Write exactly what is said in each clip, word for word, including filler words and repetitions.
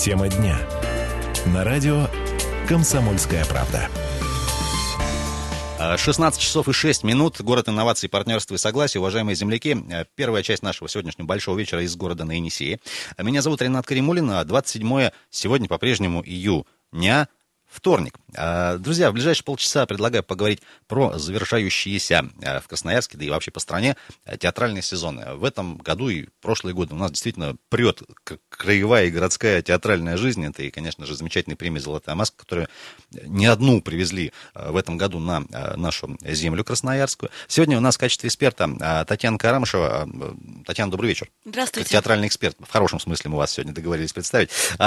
Тема дня. На радио «Комсомольская правда». шестнадцать часов и шесть минут. Город инноваций, партнерства и согласия. Уважаемые земляки, первая часть нашего сегодняшнего большого вечера из города на Енисее. Меня зовут Ренат Каримулин. двадцать седьмое сегодня по-прежнему июня. Вторник. Друзья, в ближайшие полчаса предлагаю поговорить про завершающиеся в Красноярске, да и вообще по стране, театральные сезоны. В этом году и прошлые годы у нас действительно прет краевая и городская театральная жизнь. Это и, конечно же, замечательные премии «Золотая маска», которые не одну привезли в этом году на нашу землю красноярскую. Сегодня у нас в качестве эксперта Татьяна Карамышева. Татьяна, добрый вечер. Здравствуйте. Как театральный эксперт. В хорошем смысле мы вас сегодня договорились представить.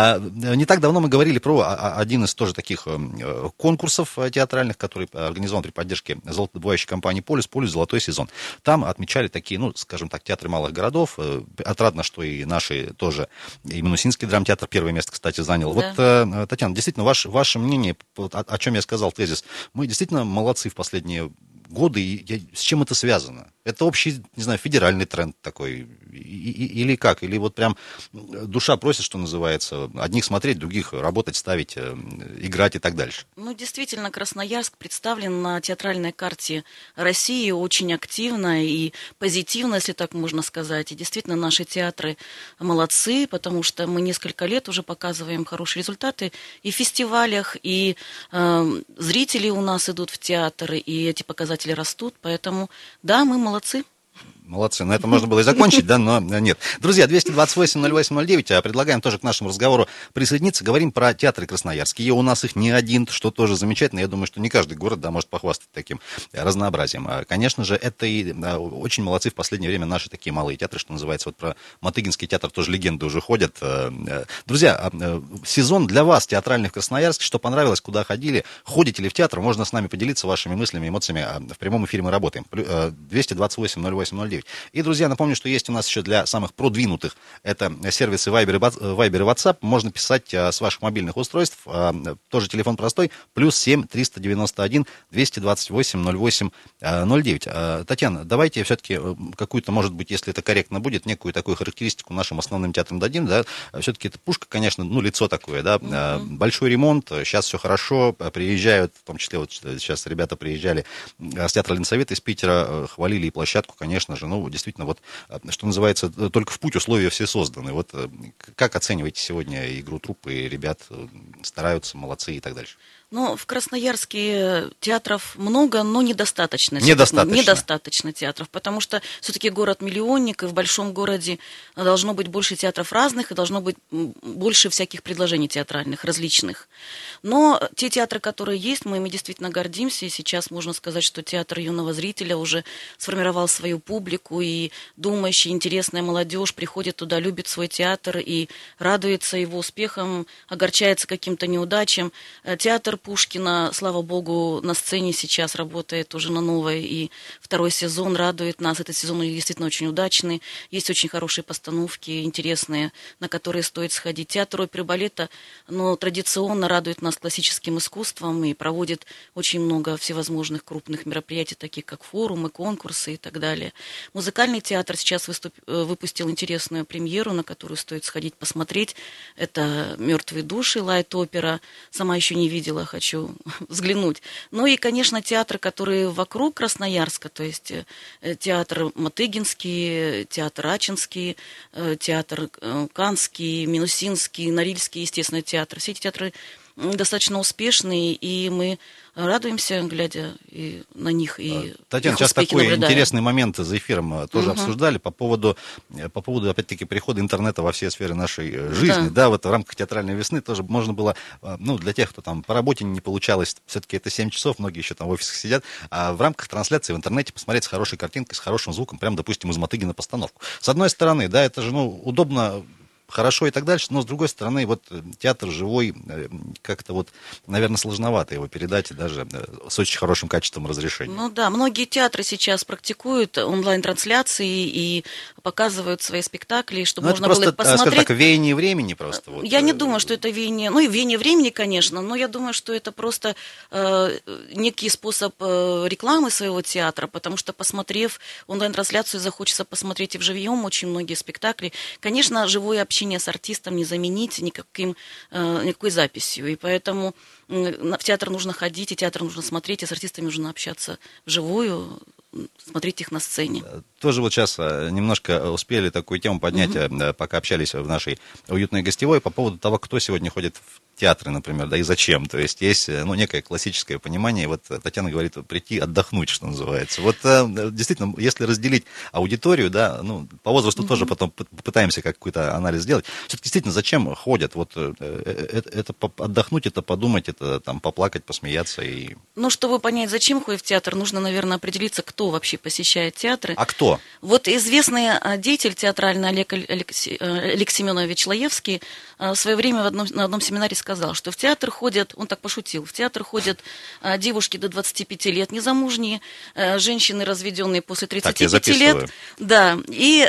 Не так давно мы говорили про один из тоже таких конкурсов театральных, который организован при поддержке золотодобывающей компании «Полюс», «Полюс. Золотой сезон». Там отмечали такие, ну, скажем так, театры малых городов. Отрадно, что и наши тоже, и Минусинский драмтеатр первое место, кстати, занял. Да. Вот, Татьяна, действительно, ваше, ваше мнение, о, о чем я сказал тезис, мы действительно молодцы в последние годы, и с чем это связано? Это общий, не знаю, федеральный тренд такой, и, и, или как? Или вот прям душа просит, что называется, одних смотреть, других работать, ставить, играть и так дальше? Ну, действительно, Красноярск представлен на театральной карте России очень активно и позитивно, если так можно сказать. И действительно, наши театры молодцы, потому что мы несколько лет уже показываем хорошие результаты и в фестивалях, и э, зрители у нас идут в театры, и эти показатели растут, поэтому, да, мы молодцы. Молодцы, на этом можно было и закончить, да, но нет. Друзья, двести двадцать восемь ноль восемь ноль девять, предлагаем тоже к нашему разговору присоединиться. Говорим про театры красноярские. И у нас их не один, что тоже замечательно. Я думаю, что не каждый город, да, может похвастать таким разнообразием. Конечно же, это и очень молодцы в последнее время наши такие малые театры, что называется. Вот про Мотыгинский театр тоже легенды уже ходят. Друзья, сезон для вас театральный в Красноярске. Что понравилось, куда ходили? Ходите ли в театр? Можно с нами поделиться вашими мыслями, эмоциями. В прямом эфире мы работаем. двести двадцать восемь ноль восемь ноль девять. И, друзья, напомню, что есть у нас еще для самых продвинутых, это сервисы Viber и WhatsApp. Можно писать а, с ваших мобильных устройств. А, тоже телефон простой. Плюс семь триста девяносто один двести двадцать восемь ноль восемь ноль девять. А, Татьяна, давайте все-таки какую-то, может быть, если это корректно будет, некую такую характеристику нашим основным театрам дадим. Да? Все-таки это пушка, конечно, ну, лицо такое, да. Mm-hmm. Большой ремонт, сейчас все хорошо. Приезжают, в том числе вот сейчас ребята приезжали с театра Ленсовета из Питера, хвалили и площадку, конечно же. Ну, действительно, вот, что называется, только в путь условия все созданы. Вот как оцениваете сегодня игру труппы, ребят стараются, молодцы и так дальше? Ну, в Красноярске театров много, но недостаточно. Недостаточно. Недостаточно театров, потому что все-таки город-миллионник, и в большом городе должно быть больше театров разных, и должно быть больше всяких предложений театральных, различных. Но те театры, которые есть, мы ими действительно гордимся, и сейчас можно сказать, что театр юного зрителя уже сформировал свою публику, и думающая, интересная молодежь приходит туда, любит свой театр и радуется его успехам, огорчается каким-то неудачам. Театр Пушкина, слава богу, на сцене сейчас работает уже на новой, и второй сезон радует нас. Этот сезон действительно очень удачный. Есть очень хорошие постановки, интересные, на которые стоит сходить. Театр оперы и балета, но традиционно радует нас классическим искусством и проводит очень много всевозможных крупных мероприятий, таких как форумы, конкурсы и так далее. Музыкальный театр сейчас выступ... выпустил интересную премьеру, на которую стоит сходить посмотреть. Это «Мертвые души», лайт-опера. Сама еще не видела, хочу взглянуть. Ну и, конечно, театры, которые вокруг Красноярска, то есть театр Мотыгинский, театр Ачинский, театр Канский, Минусинский, Норильский, естественно, театр. Все эти театры достаточно успешные, и мы радуемся, глядя и на них, и Татьяна, сейчас такой наблюдаем. Интересный момент за эфиром тоже угу. обсуждали по поводу, по поводу, опять-таки, прихода интернета во все сферы нашей жизни. Да. Да, вот в рамках театральной весны тоже можно было, ну, для тех, кто там по работе не получалось, все-таки это семь часов, многие еще там в офисах сидят, а в рамках трансляции в интернете посмотреть с хорошей картинкой, с хорошим звуком, прям, допустим, из Мотыгина постановку. С одной стороны, да, это же, ну, удобно, хорошо и так дальше, но с другой стороны, вот театр живой, как-то вот, наверное, сложновато его передать даже с очень хорошим качеством разрешения. Ну да, многие театры сейчас практикуют онлайн-трансляции и показывают свои спектакли, чтобы но можно это было их посмотреть. Скажем так, веяние времени просто. Вот. Я не думаю, что это веяние, ну и веяние времени, конечно, но я думаю, что это просто э, некий способ э, рекламы своего театра, потому что, посмотрев онлайн-трансляцию, захочется посмотреть и в живьем очень многие спектакли. Конечно, живое общение общение с артистом не заменить никаким, никакой записью. И поэтому в театр нужно ходить, и театр нужно смотреть, и с артистами нужно общаться вживую, смотреть их на сцене. Тоже вот сейчас немножко успели такую тему поднять, mm-hmm. пока общались в нашей уютной гостевой, по поводу того, кто сегодня ходит в театры, например, да, и зачем. То есть есть, ну, некое классическое понимание. Вот Татьяна говорит, прийти отдохнуть, что называется. Вот действительно, если разделить аудиторию, да, ну, по возрасту mm-hmm. тоже потом пытаемся какой-то анализ сделать. Все-таки действительно, зачем ходят? Вот это, это отдохнуть, это подумать, это там поплакать, посмеяться и... Ну, чтобы понять, зачем ходят в театр, нужно, наверное, определиться, кто вообще посещает театры. А кто? Вот известный деятель театральный Олег, Олег, Олег Семенович Лаевский в свое время в одном, на одном семинаре сказал, что в театр ходят, он так пошутил, в театр ходят девушки до двадцати пяти лет незамужние, женщины, разведенные после тридцати пяти лет, да, и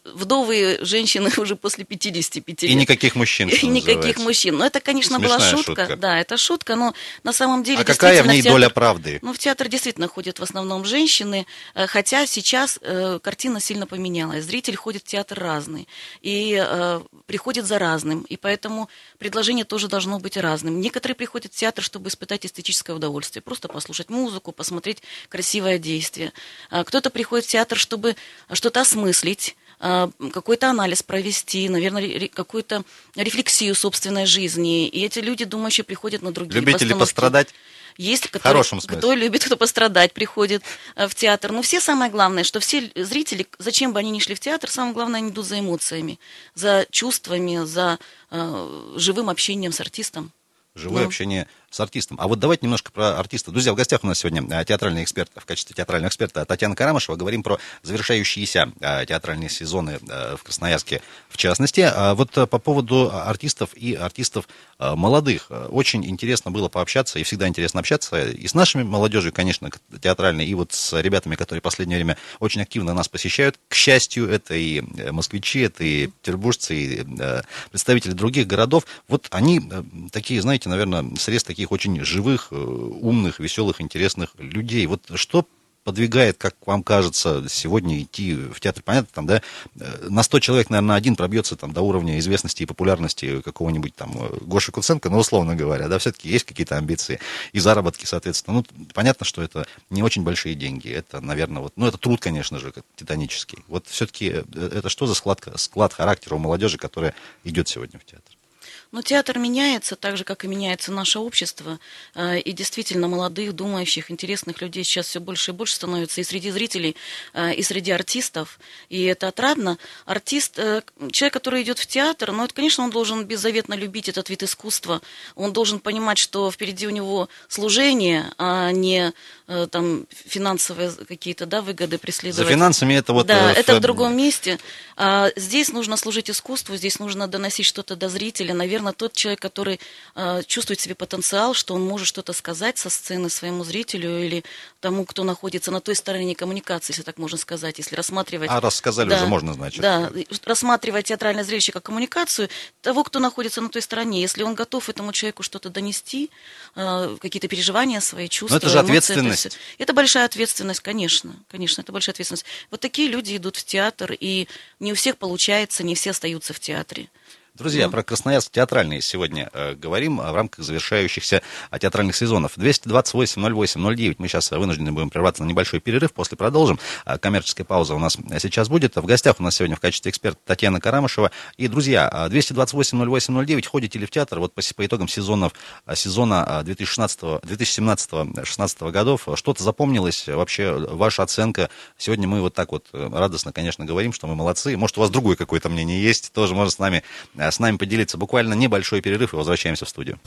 вдовые женщины уже после пятидесяти пяти лет. И никаких мужчин. И никаких мужчин. Ну, это, конечно, Смешная была шутка. шутка. Да, это шутка, но на самом деле... А какая в ней в театр, доля правды? Ну, в театр действительно ходят в основном женщины, хотя сейчас э, картина сильно поменялась. Зритель ходит в театр разный и э, приходит за разным, и поэтому предложение тоже должно быть разным. Некоторые приходят в театр, чтобы испытать эстетическое удовольствие, просто послушать музыку, посмотреть красивое действие. А кто-то приходит в театр, чтобы что-то осмыслить, какой-то анализ провести, наверное, какую-то рефлексию собственной жизни. И эти люди, думающие, приходят на другие Любители постановки. пострадать? Есть, в хорошем смысле. Кто любит, кто пострадать, приходит в театр. Но все самое главное, что все зрители, зачем бы они ни шли в театр, самое главное, они идут за эмоциями, за чувствами, за э, живым общением с артистом. Живое ну. общение с артистом. А вот давайте немножко про артиста. Друзья, в гостях у нас сегодня театральный эксперт, в качестве театрального эксперта Татьяна Карамышева. Говорим про завершающиеся театральные сезоны в Красноярске в частности. А вот по поводу артистов и артистов молодых. Очень интересно было пообщаться, и всегда интересно общаться и с нашими молодежью, конечно, театральной, и вот с ребятами, которые в последнее время очень активно нас посещают. К счастью, это и москвичи, это и петербуржцы, и представители других городов. Вот они такие, знаете, наверное, срез таких очень живых, умных, веселых, интересных людей. Вот что подвигает, как вам кажется, сегодня идти в театр? Понятно, там, да, на сто человек, наверное, один пробьется там до уровня известности и популярности какого-нибудь там Гоши Куценко, но условно говоря, да, все-таки есть какие-то амбиции и заработки, соответственно. Ну, понятно, что это не очень большие деньги, это, наверное, вот, ну, это труд, конечно же, титанический. Вот все-таки это что за склад, склад характера у молодежи, которая идет сегодня в театр? Но театр меняется так же, как и меняется наше общество. И действительно, молодых, думающих, интересных людей сейчас все больше и больше становится и среди зрителей, и среди артистов. И это отрадно. Артист, человек, который идет в театр, ну, это, конечно, он должен беззаветно любить этот вид искусства. Он должен понимать, что впереди у него служение, а не там финансовые какие-то, да, выгоды преследовать. За финансами это вот... Да, в... это в другом месте. А здесь нужно служить искусству, здесь нужно доносить что-то до зрителя. Наверное, тот человек, который э, чувствует в себе потенциал, что он может что-то сказать со сцены своему зрителю или тому, кто находится на той стороне коммуникации, если так можно сказать, если рассматривать... А раз сказали, да, уже можно, значит. Да, рассматривать театральное зрелище как коммуникацию того, кто находится на той стороне. Если он готов этому человеку что-то донести, э, какие-то переживания свои, чувства... Но это же эмоции, ответственность. Это, это большая ответственность, конечно, конечно, это большая ответственность. Вот такие люди идут в театр, и не у всех получается, не все остаются в театре. Друзья, Ну. про Красноярск театральный сегодня э, говорим в рамках завершающихся э, театральных сезонов. двести двадцать восемь ноль восемь ноль девять. Мы сейчас вынуждены будем прерваться на небольшой перерыв, после продолжим. Э, коммерческая пауза у нас сейчас будет. В гостях у нас сегодня в качестве эксперта Татьяна Карамышева. И, друзья, двести двадцать восемь ноль восемь ноль девять. Ходите ли в театр? Вот по, по итогам сезонов, сезона две тысячи шестнадцатого, две тысячи семнадцатого — две тысячи шестнадцатого годов, что-то запомнилось? Вообще, ваша оценка? Сегодня мы вот так вот радостно, конечно, говорим, что мы молодцы. Может, у вас другое какое-то мнение есть? Тоже можно с нами с нами поделиться. Буквально небольшой перерыв, и возвращаемся в студию.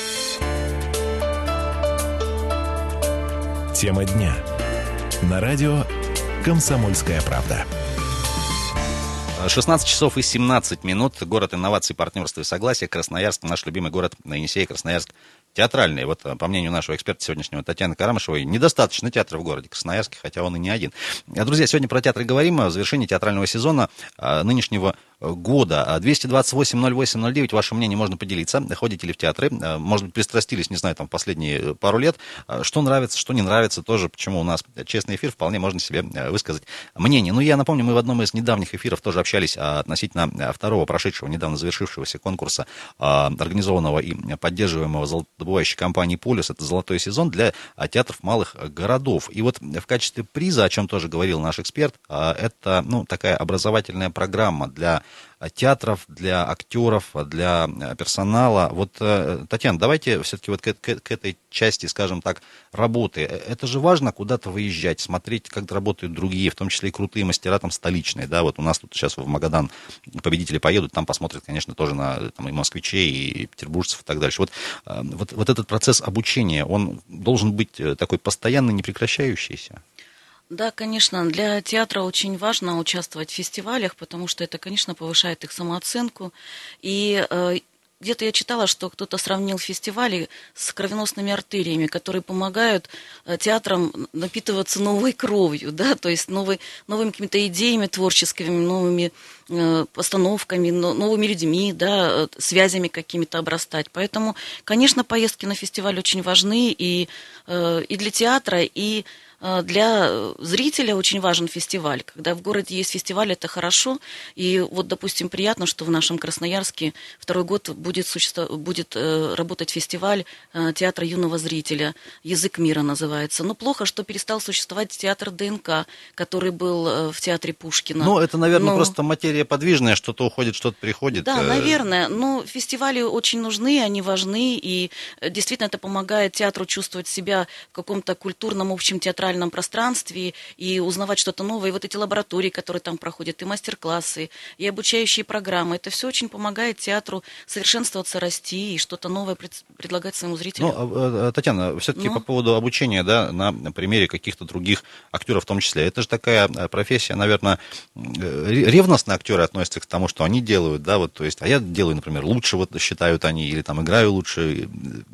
Тема дня. На радио «Комсомольская правда». шестнадцать часов и семнадцать минут. Город инноваций, партнерства и согласия. Красноярск, наш любимый город на Енисее, Красноярск. театральные. Вот, по мнению нашего эксперта сегодняшнего Татьяны Карамышевой, недостаточно театра в городе Красноярске, хотя он и не один. Друзья, сегодня про театр говорим, в завершении театрального сезона нынешнего года. двести двадцать восемь ноль восемь ноль девять, ваше мнение можно поделиться. Ходите ли в театры? Может быть, пристрастились, не знаю, там, последние пару лет. Что нравится, что не нравится, тоже, почему у нас честный эфир, вполне можно себе высказать мнение. Ну, я напомню, мы в одном из недавних эфиров тоже общались относительно второго прошедшего, недавно завершившегося конкурса, организованного и поддерживаемого золотодобывающей компанией «Полюс». Это золотой сезон для театров малых городов. И вот в качестве приза, о чем тоже говорил наш эксперт, это, ну, такая образовательная программа для театров, для актеров, для персонала. Вот, Татьяна, давайте все-таки вот к, к, к этой части, скажем так, работы. Это же важно куда-то выезжать, смотреть, как работают другие, в том числе и крутые мастера там столичные. Да? Вот у нас тут сейчас в Магадан победители поедут, там посмотрят, конечно, тоже на там, и москвичей, и петербуржцев и так дальше. Вот, вот, вот этот процесс обучения, он должен быть такой постоянный, непрекращающийся. Да, конечно, для театра очень важно участвовать в фестивалях, потому что это, конечно, повышает их самооценку. И э, где-то я читала, что кто-то сравнил фестивали с кровеносными артериями, которые помогают э, театрам напитываться новой кровью, да, то есть новой, новыми какими-то идеями творческими, новыми э, постановками, но, новыми людьми, да, связями какими-то обрастать. Поэтому, конечно, поездки на фестиваль очень важны и, э, и для театра, и для зрителя очень важен фестиваль. Когда в городе есть фестиваль, это хорошо. И вот, допустим, приятно, что в нашем Красноярске второй год будет, существу... будет работать фестиваль театра юного зрителя. «Язык мира» называется. Но плохо, что перестал существовать театр ДНК, который был в театре Пушкина. Ну, это, наверное, но... просто материя подвижная, что-то уходит, что-то приходит. Да, наверное. Но фестивали очень нужны, они важны. И действительно это помогает театру чувствовать себя в каком-то культурном, общем театральном пространстве и узнавать что-то новое. И вот эти лаборатории, которые там проходят, и мастер-классы, и обучающие программы, это все очень помогает театру совершенствоваться, расти и что-то новое пред, предлагать своему зрителю. Ну, Татьяна, все-таки ну? по поводу обучения, да, на примере каких-то других актеров в том числе, это же такая профессия, наверное, ревностные актеры относятся к тому, что они делают, да, вот, то есть, а я делаю, например, лучше, вот считают они, или там играю лучше,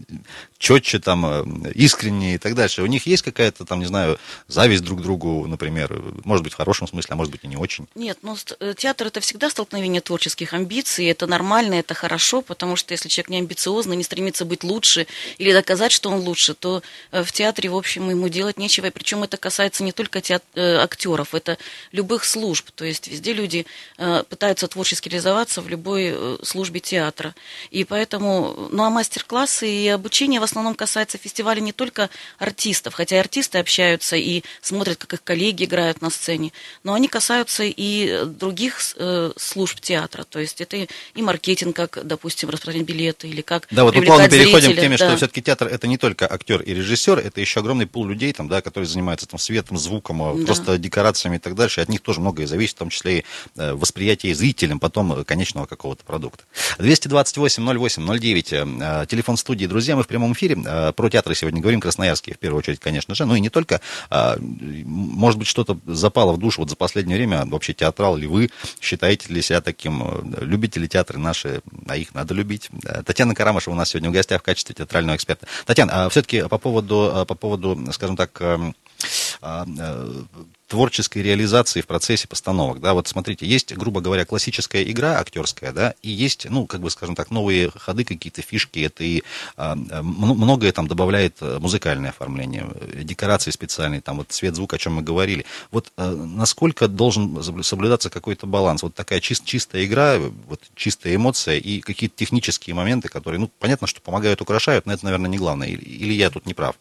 четче, там, искреннее и так дальше. У них есть какая-то там, не знаю, зависть друг к другу, например, может быть, в хорошем смысле, а может быть, и не очень. Нет, ну, театр — это всегда столкновение творческих амбиций, это нормально, это хорошо, потому что если человек не амбициозный, не стремится быть лучше или доказать, что он лучше, то в театре, в общем, ему делать нечего, и причем это касается не только театр, актеров, это любых служб, то есть везде люди пытаются творчески реализоваться в любой службе театра, и поэтому, ну, а мастер-классы и обучение в основном касается фестиваля не только артистов, хотя и артисты общаются и смотрят, как их коллеги играют на сцене, но они касаются и других э, служб театра, то есть это и маркетинг, как, допустим, распространять билеты, или как да, вот мы плавно переходим зрителя, к теме, да. что все-таки театр — это не только актер и режиссер, это еще огромный пул людей, там, да, которые занимаются там, светом, звуком, да. просто декорациями и так дальше, от них тоже многое зависит, в том числе и э, восприятие зрителям потом конечного какого-то продукта. двести двадцать восемь ноль восемь ноль девять, э, телефон студии, друзья, мы в прямом эфире, э, про театры сегодня говорим, красноярские, в первую очередь, конечно же, ну и не только. Может быть, что-то запало в душу вот за последнее время, вообще театрал ли вы, считаете ли себя таким, любите ли театры наши, а их надо любить. Татьяна Карамышева у нас сегодня в гостях в качестве театрального эксперта. Татьяна, а все-таки по поводу, по поводу, скажем так, творческой реализации в процессе постановок, да, вот смотрите, есть, грубо говоря, классическая игра актерская, да, и есть, ну, как бы, скажем так, новые ходы, какие-то фишки, это и а, многое там добавляет музыкальное оформление, декорации специальные, там, вот цвет, звук, о чем мы говорили. Вот а, насколько должен соблюдаться какой-то баланс? Вот такая чист, чистая игра, вот чистая эмоция и какие-то технические моменты, которые, ну, понятно, что помогают, украшают, но это, наверное, не главное, или, или я тут не прав?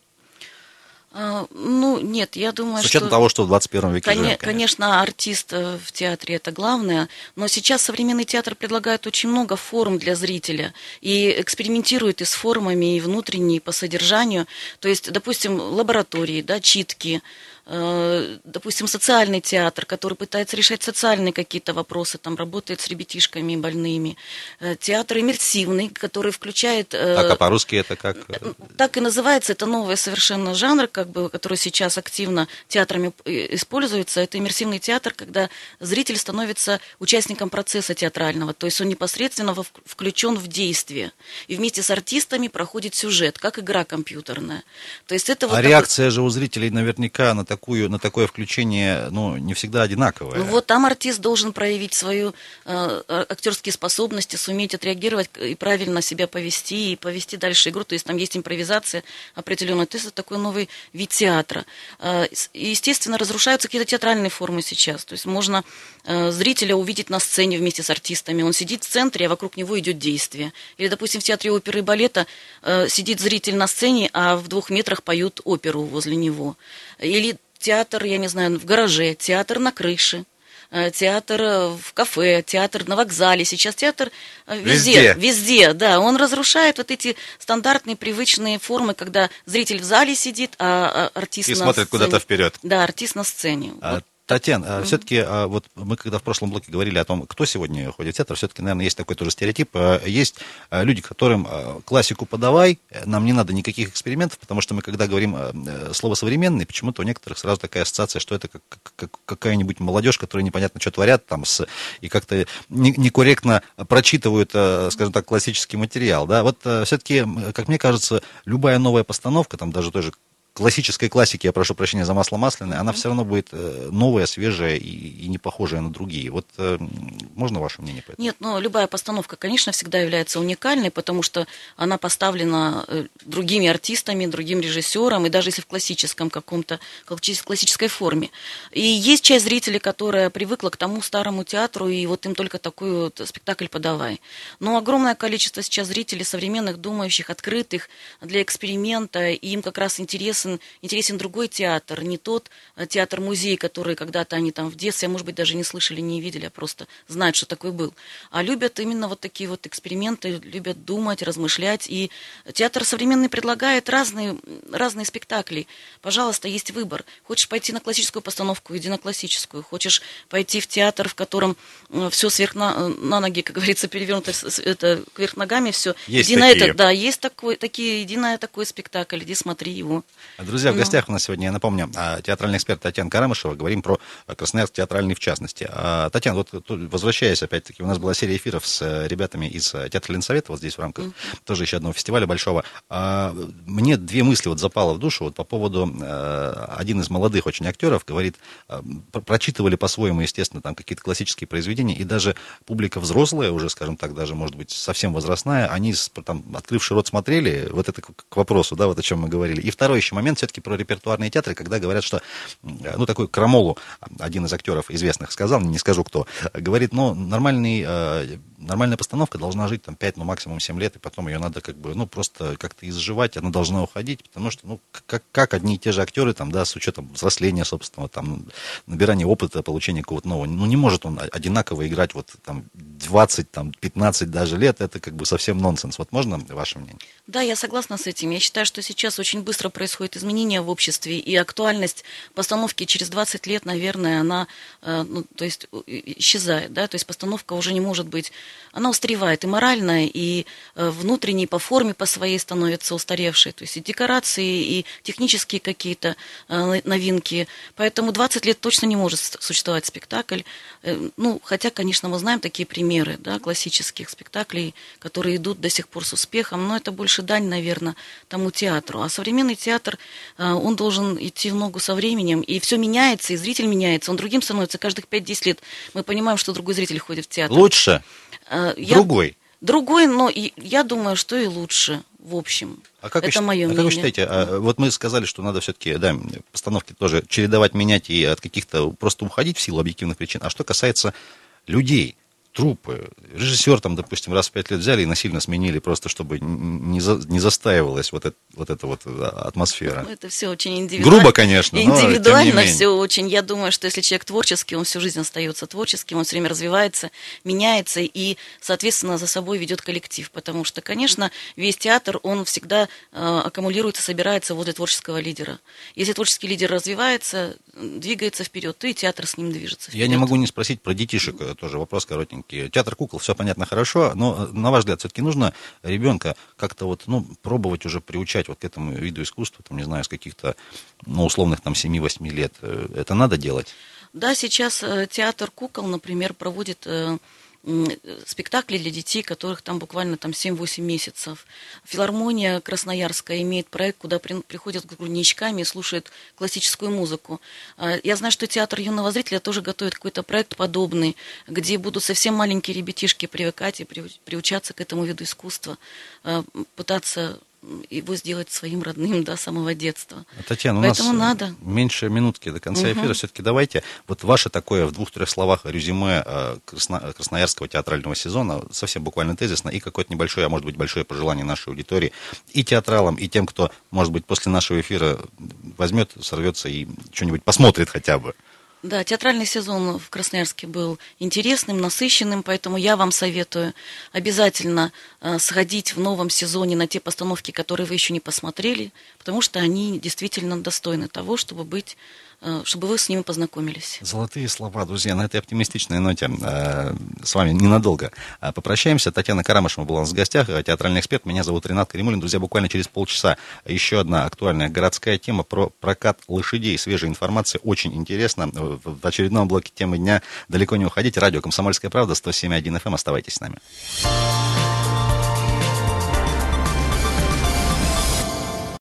Ну, нет, я думаю, что... С учетом что... того, что в двадцать первом веке кон... живем, конечно. Конечно, артист в театре — это главное, но сейчас современный театр предлагает очень много форм для зрителя и экспериментирует и с формами, и внутренней, и по содержанию. То есть, допустим, лаборатории, да, читки, допустим, социальный театр, который пытается решать социальные какие-то вопросы, там работает с ребятишками больными. Театр иммерсивный, который включает... Так, а по-русски это как? Так и называется, это новый совершенно жанр, как бы, который сейчас активно театрами используется. Это иммерсивный театр, когда зритель становится участником процесса театрального, то есть он непосредственно включен в действие. И вместе с артистами проходит сюжет, как игра компьютерная. То есть это а вот реакция такой... же у зрителей наверняка на, такую, на такое включение, ну, не всегда одинаковая. Ну вот там артист должен проявить свои э, актерские способности, суметь отреагировать и правильно себя повести, и повести дальше игру. То есть там есть импровизация определенная. То есть это такой новый вид театра. Э, и, естественно, разрушаются какие-то театральные формы сейчас. То есть можно э, зрителя увидеть на сцене вместе с артистами. Он сидит в центре, а вокруг него идет действие. Или, допустим, в театре оперы и балета э, сидит зритель на сцене, а в двух метрах поют оперу возле него. Или театр, я не знаю, в гараже, театр на крыше, театр в кафе, театр на вокзале. Сейчас театр везде, везде, везде, да. Он разрушает вот эти стандартные, привычные формы, когда зритель в зале сидит, а артист и на смотрит сцене. куда-то вперед. Да, артист на сцене. А, вот. Татьяна, mm-hmm. все-таки вот мы когда в прошлом блоке говорили о том, кто сегодня ходит в театр, все-таки, наверное, есть такой тоже стереотип. Есть люди, которым классику подавай, нам не надо никаких экспериментов, потому что мы, когда говорим слово «современный», почему-то у некоторых сразу такая ассоциация, что это как, как, какая-нибудь молодежь, которая непонятно что творят там, с, и как-то не, некорректно прочитывают, скажем так, классический материал. Да? Вот все-таки, как мне кажется, любая новая постановка, там даже тоже классической классики, я прошу прощения за масло масляное, она все равно будет новая, свежая и, и не похожая на другие. Вот э, можно ваше мнение по этому? Нет, но любая постановка, конечно, всегда является уникальной, потому что она поставлена другими артистами, другим режиссером, и даже если в классическом каком-то, классической форме. И есть часть зрителей, которая привыкла к тому старому театру, и вот им только такой вот спектакль подавай. Но огромное количество сейчас зрителей современных, думающих, открытых для эксперимента, и им как раз интересен интересен другой театр, не тот театр-музей, который когда-то они там в детстве, может быть, даже не слышали, не видели, а просто знают, что такой был. А любят именно вот такие вот эксперименты, любят думать, размышлять. И театр современный предлагает разные, разные спектакли. Пожалуйста, есть выбор. Хочешь пойти на классическую постановку, иди на классическую. Хочешь пойти в театр, в котором все сверх на, на ноги, как говорится, перевернуто это, кверх ногами, все. Есть иди такие. на этот, да, есть такой, такие, иди на такой спектакль, иди смотри его. Друзья, в Ну. гостях у нас сегодня, я напомню, театральный эксперт Татьяна Карамышева. Говорим про Красноярск театральный в частности. Татьяна, вот возвращаясь, опять-таки, у нас была серия эфиров с ребятами из театра Ленсовета, вот здесь в рамках mm-hmm. тоже еще одного фестиваля большого. Мне две мысли вот запало в душу вот по поводу, один из молодых очень актеров говорит, прочитывали по-своему, естественно, там какие-то классические произведения, и даже публика взрослая, уже, скажем так, даже, может быть, совсем возрастная, они, там, открывший рот, смотрели, вот это к вопросу, да, вот о чем мы говорили. И второй еще момент, все-таки про репертуарные театры, когда говорят, что, ну, такой Крамолу, один из актеров известных сказал, не скажу кто, говорит, ну, нормальный, э, нормальная постановка должна жить там пять, ну, максимум семь лет, и потом ее надо как бы, ну, просто как-то изживать, она должна уходить, потому что, ну, как, как одни и те же актеры, там, да, с учетом взросления собственного, там, набирания опыта, получения какого-то нового, ну, не может он одинаково играть вот там двадцать, там, пятнадцать даже лет, это как бы совсем нонсенс. Вот можно ваше мнение? Да, я согласна с этим. Я считаю, что сейчас очень быстро происходит изменение в обществе, и актуальность постановки через двадцать лет, наверное, она, ну, то есть, исчезает, да, то есть постановка уже не может быть, она устаревает и морально, и внутренне, и по форме по своей становится устаревшей, то есть и декорации, и технические какие-то новинки, поэтому двадцать лет точно не может существовать спектакль, ну, хотя, конечно, мы знаем такие примеры, да, классических спектаклей, которые идут до сих пор с успехом, но это больше дань, наверное, тому театру, а современный театр, он должен идти в ногу со временем, и все меняется, и зритель меняется, он другим становится каждых пять-десять лет. Мы понимаем, что другой зритель ходит в театр. Лучше? Я... Другой? Другой, но и, я думаю, что и лучше, в общем. А как, это вы, мое а мнение. как вы считаете, а, вот мы сказали, что надо все-таки, да, постановки тоже чередовать, менять и от каких-то просто уходить в силу объективных причин. А что касается людей, труппы. Режиссер там, допустим, раз в пять лет взяли и насильно сменили, просто чтобы не, за, не застаивалась вот, это, вот эта вот атмосфера. Ну, это все очень индивидуально. Грубо, конечно, но индивидуально все очень. Я думаю, что если человек творческий, он всю жизнь остается творческим, он все время развивается, меняется и, соответственно, за собой ведет коллектив. Потому что, конечно, весь театр, он всегда э, аккумулируется, собирается возле творческого лидера. Если творческий лидер развивается, двигается вперед, то и театр с ним движется вперед. Я не могу не спросить про детишек, тоже вопрос коротенький. Театр кукол, все понятно, хорошо, но, на ваш взгляд, все-таки нужно ребенка как-то вот, ну, пробовать уже приучать вот к этому виду искусства, там, не знаю, с каких-то, ну, условных там семи-восьми лет. Это надо делать? Да, сейчас театр кукол, например, проводит спектакли для детей, которых там буквально там семь-восемь месяцев. Филармония Красноярская имеет проект, куда при, приходят с грудничками и слушают классическую музыку. Я знаю, что театр юного зрителя тоже готовит какой-то проект подобный, где будут совсем маленькие ребятишки привыкать и приучаться к этому виду искусства, пытаться его сделать своим родным до самого детства. Татьяна, Поэтому у нас надо. меньше минутки до конца эфира. Угу. Все-таки давайте, вот ваше такое в двух-трех словах резюме Красно... Красноярского театрального сезона, совсем буквально тезисно, и какое-то небольшое, а может быть большое пожелание нашей аудитории, и театралам, и тем, кто, может быть, после нашего эфира возьмет, сорвется и что-нибудь посмотрит хотя бы. Да, театральный сезон в Красноярске был интересным, насыщенным, поэтому я вам советую обязательно э, сходить в новом сезоне на те постановки, которые вы еще не посмотрели, потому что они действительно достойны того, чтобы быть, э, чтобы вы с ними познакомились. Золотые слова, друзья. На этой оптимистичной ноте э, с вами ненадолго э, попрощаемся. Татьяна Карамышева была у нас в гостях, театральный эксперт. Меня зовут Ренат Каримуллин. Друзья, буквально через полчаса еще одна актуальная городская тема про прокат лошадей. Свежая информация, очень интересно. В очередном блоке темы дня. Далеко не уходите. Радио «Комсомольская правда», сто семь и один эф эм. Оставайтесь с нами.